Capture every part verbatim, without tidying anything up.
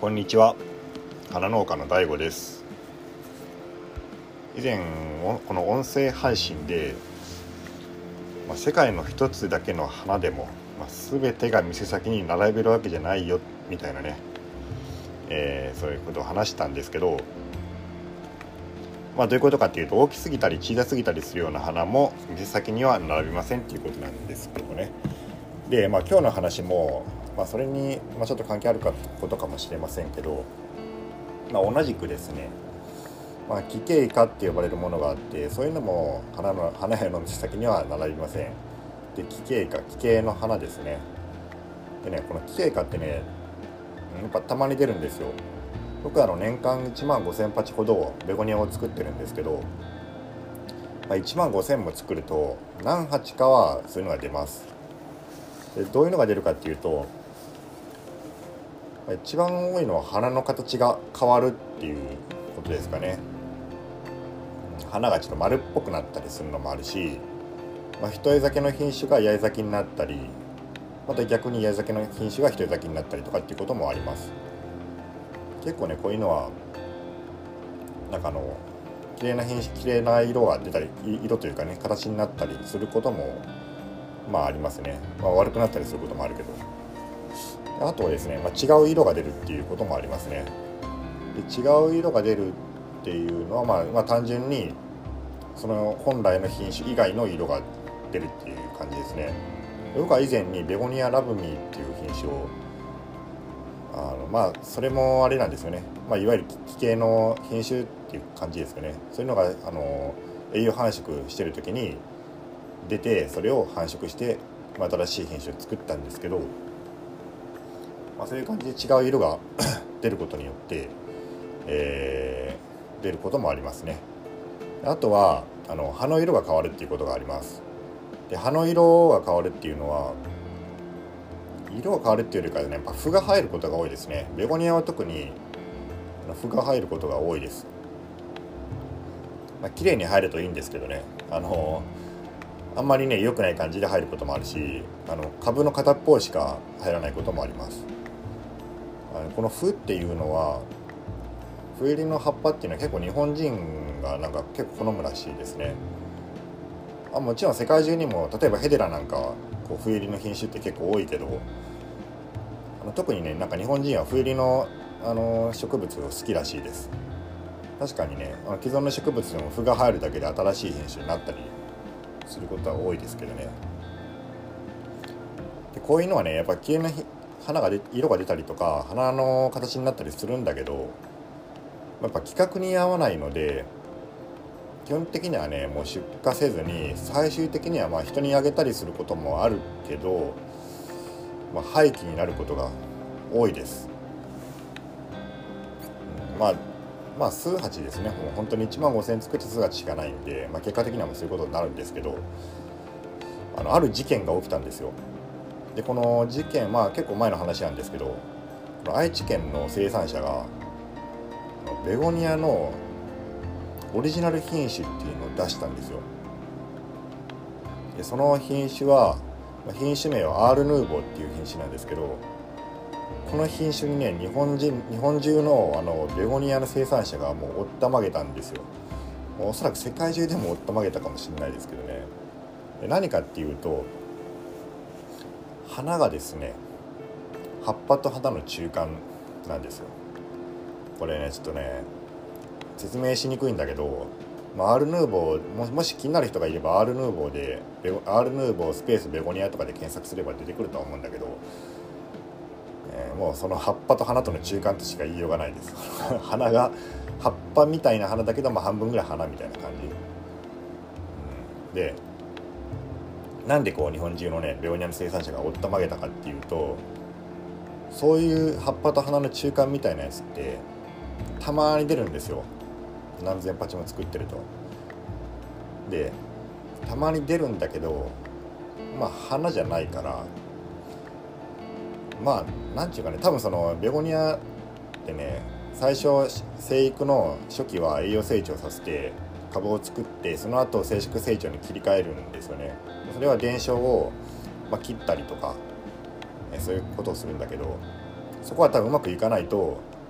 こんにちは。花農家の大吾です。以前この音声配信で、まあ、世界の一つだけの花でも、まあ、全てが店先に並べるわけじゃないよみたいなね、えー、そういうことを話したんですけど、まあ、どういうことかっていうと、大きすぎたり小さすぎたりするような花も店先には並びませんっていうことなんですけどね。で、まあ、今日の話も、まあ、それに、まあ、ちょっと関係あることかもしれませんけど、まあ、同じくですね、まあ、奇形花って呼ばれるものがあって、そういうのも花の花屋の店先には並びません。で、奇形花、奇形の花ですね。でね、この奇形花ってね、やっぱたまに出るんですよ。僕はあの年間いちまんごせん鉢ほどベゴニアを作ってるんですけど、まあ、いちまんごせんも作ると何鉢かはそういうのが出ます。で、どういうのが出るかっていうと、一番多いのは花の形が変わるっていうことですかね。花がちょっと丸っぽくなったりするのもあるし、まあ、一重咲きの品種が八重咲きになったり、また逆に八重咲きの品種が一重咲きになったりとかっていうこともあります。結構ね、こういうのはなんかあの綺麗な品種、綺麗な色が出たり、色というかね、形になったりすることもまあありますね。まあ、悪くなったりすることもあるけど、あとはですね、まあ、違う色が出るっていうこともありますね。で、違う色が出るっていうのは、まあ、まあ単純にその本来の品種以外の色が出るっていう感じですね。僕は以前にベゴニアラブミーっていう品種をあのまあそれもあれなんですよね、まあ、いわゆる奇形の品種っていう感じですよね。そういうのがあの栄養繁殖してる時に出て、それを繁殖して、まあ、新しい品種を作ったんですけど、まあ、そういう感じで違う色が出ることによって、えー、出ることもありますね。あとはあの葉の色が変わるっていうことがあります。で、葉の色が変わるっていうのは、色が変わるっていうよりかね、やっぱ斑が入ることが多いですね。ベゴニアは特に斑が入ることが多いです。まあ、綺麗に入るといいんですけどね、あのあんまりね良くない感じで入ることもあるし、あの株の片っぽしか入らないこともあります。あのこの斑っていうのは、斑入りの葉っぱっていうのは結構日本人がなんか結構好むらしいですね。あもちろん世界中にも、例えばヘデラなんかこう斑入りの品種って結構多いけど、あの特にね、なんか日本人は斑入りの、あの植物を好きらしいです。確かにね、あの既存の植物でも斑が入るだけで新しい品種になったりすることは多いですけどね。で、こういうのはね、やっぱ綺麗な花がで色が出たりとか花の形になったりするんだけど、やっぱ規格に合わないので、基本的にはねもう出荷せずに、最終的にはまあ人にあげたりすることもあるけど、まあ、廃棄になることが多いです。うん、まあまあ数鉢ですね。もう本当にいちまんごせん作って数鉢しかないんで、まあ、結果的にはもうそういうことになるんですけど、あのある事件が起きたんですよ。で、この事件、まあ結構前の話なんですけど、この愛知県の生産者がベゴニアのオリジナル品種っていうのを出したんですよ。で、その品種は、品種名はアールヌーボーっていう品種なんですけど、この品種にね、日本人日本中のあのベゴニアの生産者がもうおったまげたんですよ。もうおそらく世界中でもおったまげたかもしれないですけどね。で、何かっていうと、花がですね、葉っぱと花の中間なんですよ。これね、ちょっとね説明しにくいんだけど、まあ、アールヌーボー も, もし気になる人がいれば、アールヌーボーでアールヌーボースペースベゴニアとかで検索すれば出てくるとは思うんだけど、えー、もうその葉っぱと花との中間としか言いようがないです花が葉っぱみたいな花だけど、まあ、半分ぐらい花みたいな感じ、うん、で、なんでこう日本中のねベゴニアの生産者がおったまげたかっていうと、そういう葉っぱと花の中間みたいなやつってたまに出るんですよ。何千鉢も作ってると。で、たまに出るんだけど、まあ花じゃないから、まあなんていうかね、多分そのベゴニアってね、最初生育の初期は栄養成長させて株を作って、その後生殖成長に切り替えるんですよね。それは伝承を、まあ、切ったりとかそういうことをするんだけど、そこは多分うまくいかないと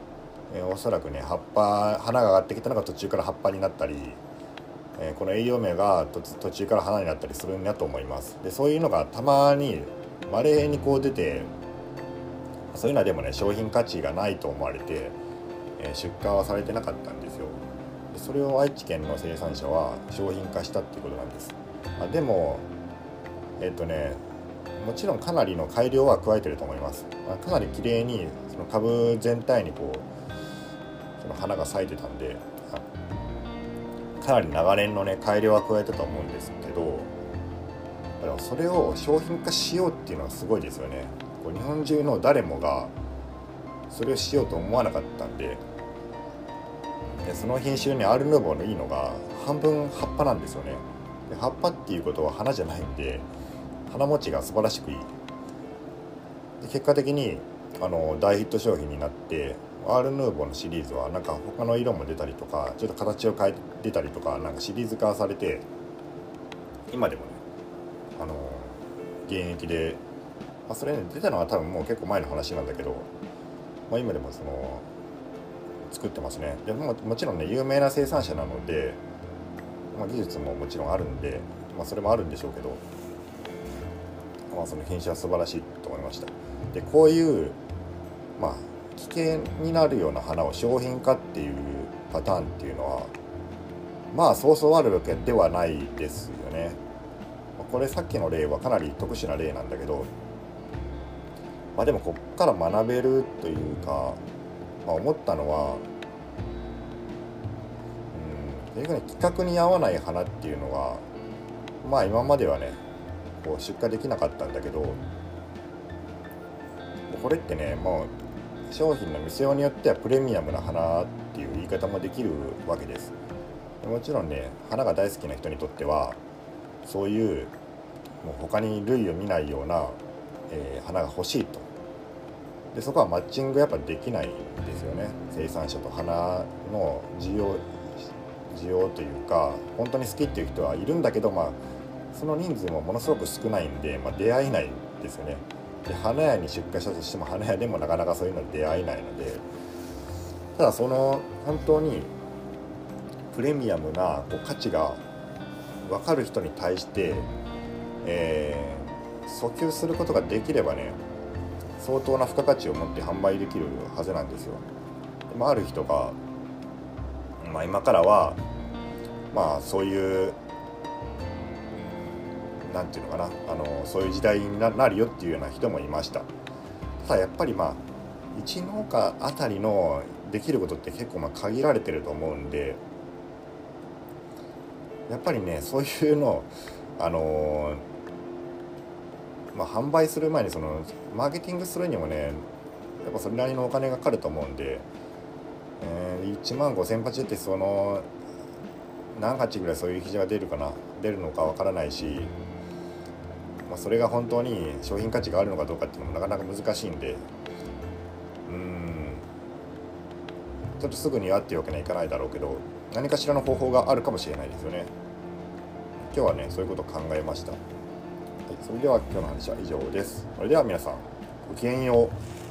えー、おそらくね葉っぱ花が上がってきたのが途中から葉っぱになったり、えー、この栄養名が途中から花になったりするんだと思います。でそういうのがたまに稀にこう出て、そういうのはでもね商品価値がないと思われて、えー、出荷はされてなかったんですよ。でそれを愛知県の生産者は商品化したっていうことなんです。あでもえっ、ー、とねもちろんかなりの改良は加えてると思います。かなり綺麗にその株全体にこうその花が咲いてたんで、かなり長年のね改良は加えたと思うんですけど、だからそれを商品化しようっていうのはすごいですよね。こう日本中の誰もがそれをしようと思わなかったんで、でその品種にアール・ヌーボーのいいのが半分葉っぱなんですよね。で葉っぱっていうことは花じゃないんで、花持ちが素晴らしくいい。で結果的にあの大ヒット商品になって、アール・ヌーボーのシリーズはなんか他の色も出たりとか、ちょっと形を変えて出たりとか、なんかシリーズ化されて、今でもねあの現役で、まあ、それね出たのは多分もう結構前の話なんだけど、まあ、今でもその作ってますね。でももちろんね有名な生産者なので、まあ、技術ももちろんあるんで、まあ、それもあるんでしょうけど、まあ、その品種は素晴らしいと思いました。でこういうまあ危険になるような花を商品化っていうパターンっていうのはまあそうそうあるわけではないですよね。これさっきの例はかなり特殊な例なんだけど、まあでもこっから学べるというか、まあ、思ったのは、うん、逆に規格に合わない花っていうのはまあ今まではねこう出荷できなかったんだけど、これってねもう商品の見せようによってはプレミアムな花っていう言い方もできるわけです。もちろんね花が大好きな人にとってはそういうもう他に類を見ないような、えー、花が欲しいと。でそこはマッチングやっぱできないんですよね。生産者と花の需要需要というか本当に好きっていう人はいるんだけど、まあその人数もものすごく少ないんで、まあ、出会えないんですよね。で花屋に出荷したとしても花屋でもなかなかそういうのに出会えないので、ただその本当にプレミアムなこう価値が分かる人に対して、えー、訴求することができればね相当な付加価値を持って販売できるはずなんですよ。でもある人が、まあ、今からはまあそういうなんていうのかなあのそういう時代になるよっていうような人もいました。ただやっぱりまあいち農家あたりのできることって結構まあ限られてると思うんで、やっぱりねそういうのあのまあ販売する前にそのマーケティングするにもねやっぱそれなりのお金がかかると思うんで、えー、いちまんごせん鉢ってその何鉢ぐらいそういう記事が出るかな出るのかわからないし、まあ、それが本当に商品価値があるのかどうかっていうのもなかなか難しいんで、うーんちょっとすぐにはっていうわけにはいかないだろうけど、何かしらの方法があるかもしれないですよね。今日はねそういうことを考えました。はい、それでは今日の話は以上です。それでは皆さんごきげんよう。